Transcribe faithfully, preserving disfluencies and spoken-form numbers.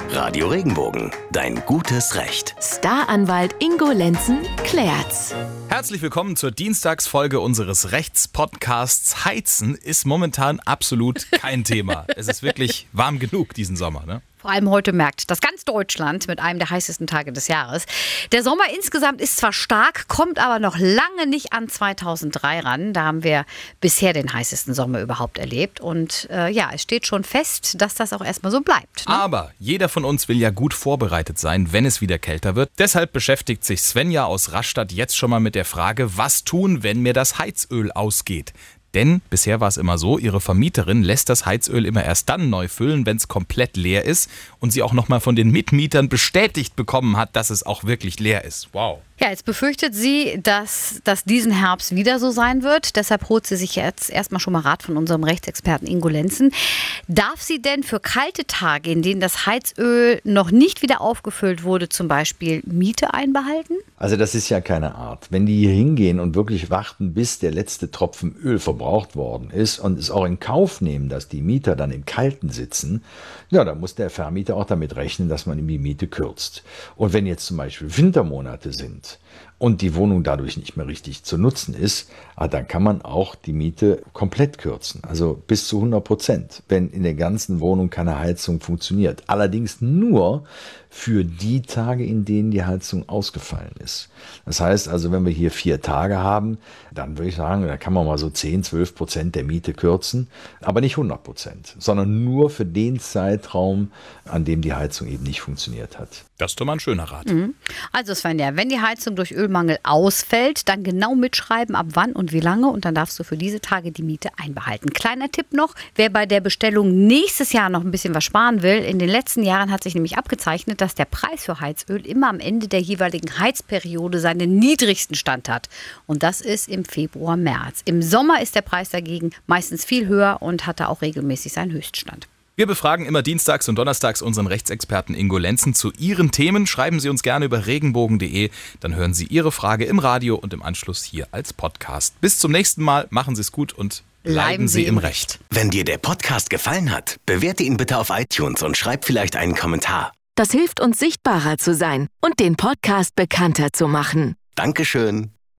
Radio Regenbogen, dein gutes Recht. Staranwalt Ingo Lenzen klärt's. Herzlich willkommen zur Dienstagsfolge unseres Rechtspodcasts. Heizen ist momentan absolut kein Thema. Es ist wirklich warm genug diesen Sommer, ne? Vor allem heute merkt das ganz Deutschland mit einem der heißesten Tage des Jahres. Der Sommer insgesamt ist zwar stark, kommt aber noch lange nicht an zweitausenddrei ran. Da haben wir bisher den heißesten Sommer überhaupt erlebt. Und äh, ja, es steht schon fest, dass das auch erstmal so bleibt. Ne? Aber jeder von uns will ja gut vorbereitet sein, wenn es wieder kälter wird. Deshalb beschäftigt sich Svenja aus Rastatt jetzt schon mal mit der Frage, was tun, wenn mir das Heizöl ausgeht? Denn bisher war es immer so, ihre Vermieterin lässt das Heizöl immer erst dann neu füllen, wenn es komplett leer ist und sie auch nochmal von den Mitmietern bestätigt bekommen hat, dass es auch wirklich leer ist. Wow. Ja, jetzt befürchtet sie, dass das diesen Herbst wieder so sein wird. Deshalb holt sie sich jetzt erstmal schon mal Rat von unserem Rechtsexperten Ingo Lenzen. Darf sie denn für kalte Tage, in denen das Heizöl noch nicht wieder aufgefüllt wurde, zum Beispiel Miete einbehalten? Also das ist ja keine Art. Wenn die hier hingehen und wirklich warten, bis der letzte Tropfen Öl verbraucht worden ist und es auch in Kauf nehmen, dass die Mieter dann im Kalten sitzen, ja, dann muss der Vermieter auch damit rechnen, dass man ihm die Miete kürzt. Und wenn jetzt zum Beispiel Wintermonate sind und die Wohnung dadurch nicht mehr richtig zu nutzen ist, dann kann man auch die Miete komplett kürzen, also bis zu hundert Prozent, wenn in der ganzen Wohnung keine Heizung funktioniert. Allerdings nur für die Tage, in denen die Heizung ausgefallen ist. Das heißt also, wenn wir hier vier Tage haben, dann würde ich sagen, da kann man mal so zehn, zwölf Prozent der Miete kürzen, aber nicht hundert Prozent, sondern nur für den Zeitraum, an dem die Heizung eben nicht funktioniert hat. Das ist doch mal ein schöner Rat. Mhm. Also Svenja, wenn die Heizung durch Ölmangel ausfällt, dann genau mitschreiben, ab wann und wie lange, und dann darfst du für diese Tage die Miete einbehalten. Kleiner Tipp noch, wer bei der Bestellung nächstes Jahr noch ein bisschen was sparen will, in den letzten Jahren hat sich nämlich abgezeichnet, dass der Preis für Heizöl immer am Ende der jeweiligen Heizperiode seinen niedrigsten Stand hat. Und das ist im Februar, März. Im Sommer ist der Preis dagegen meistens viel höher und hat da auch regelmäßig seinen Höchststand. Wir befragen immer dienstags und donnerstags unseren Rechtsexperten Ingo Lenzen zu Ihren Themen. Schreiben Sie uns gerne über regenbogen punkt de, dann hören Sie Ihre Frage im Radio und im Anschluss hier als Podcast. Bis zum nächsten Mal, machen Sie es gut und bleiben Sie im Recht. Wenn dir der Podcast gefallen hat, bewerte ihn bitte auf iTunes und schreib vielleicht einen Kommentar. Das hilft uns, sichtbarer zu sein und den Podcast bekannter zu machen. Dankeschön.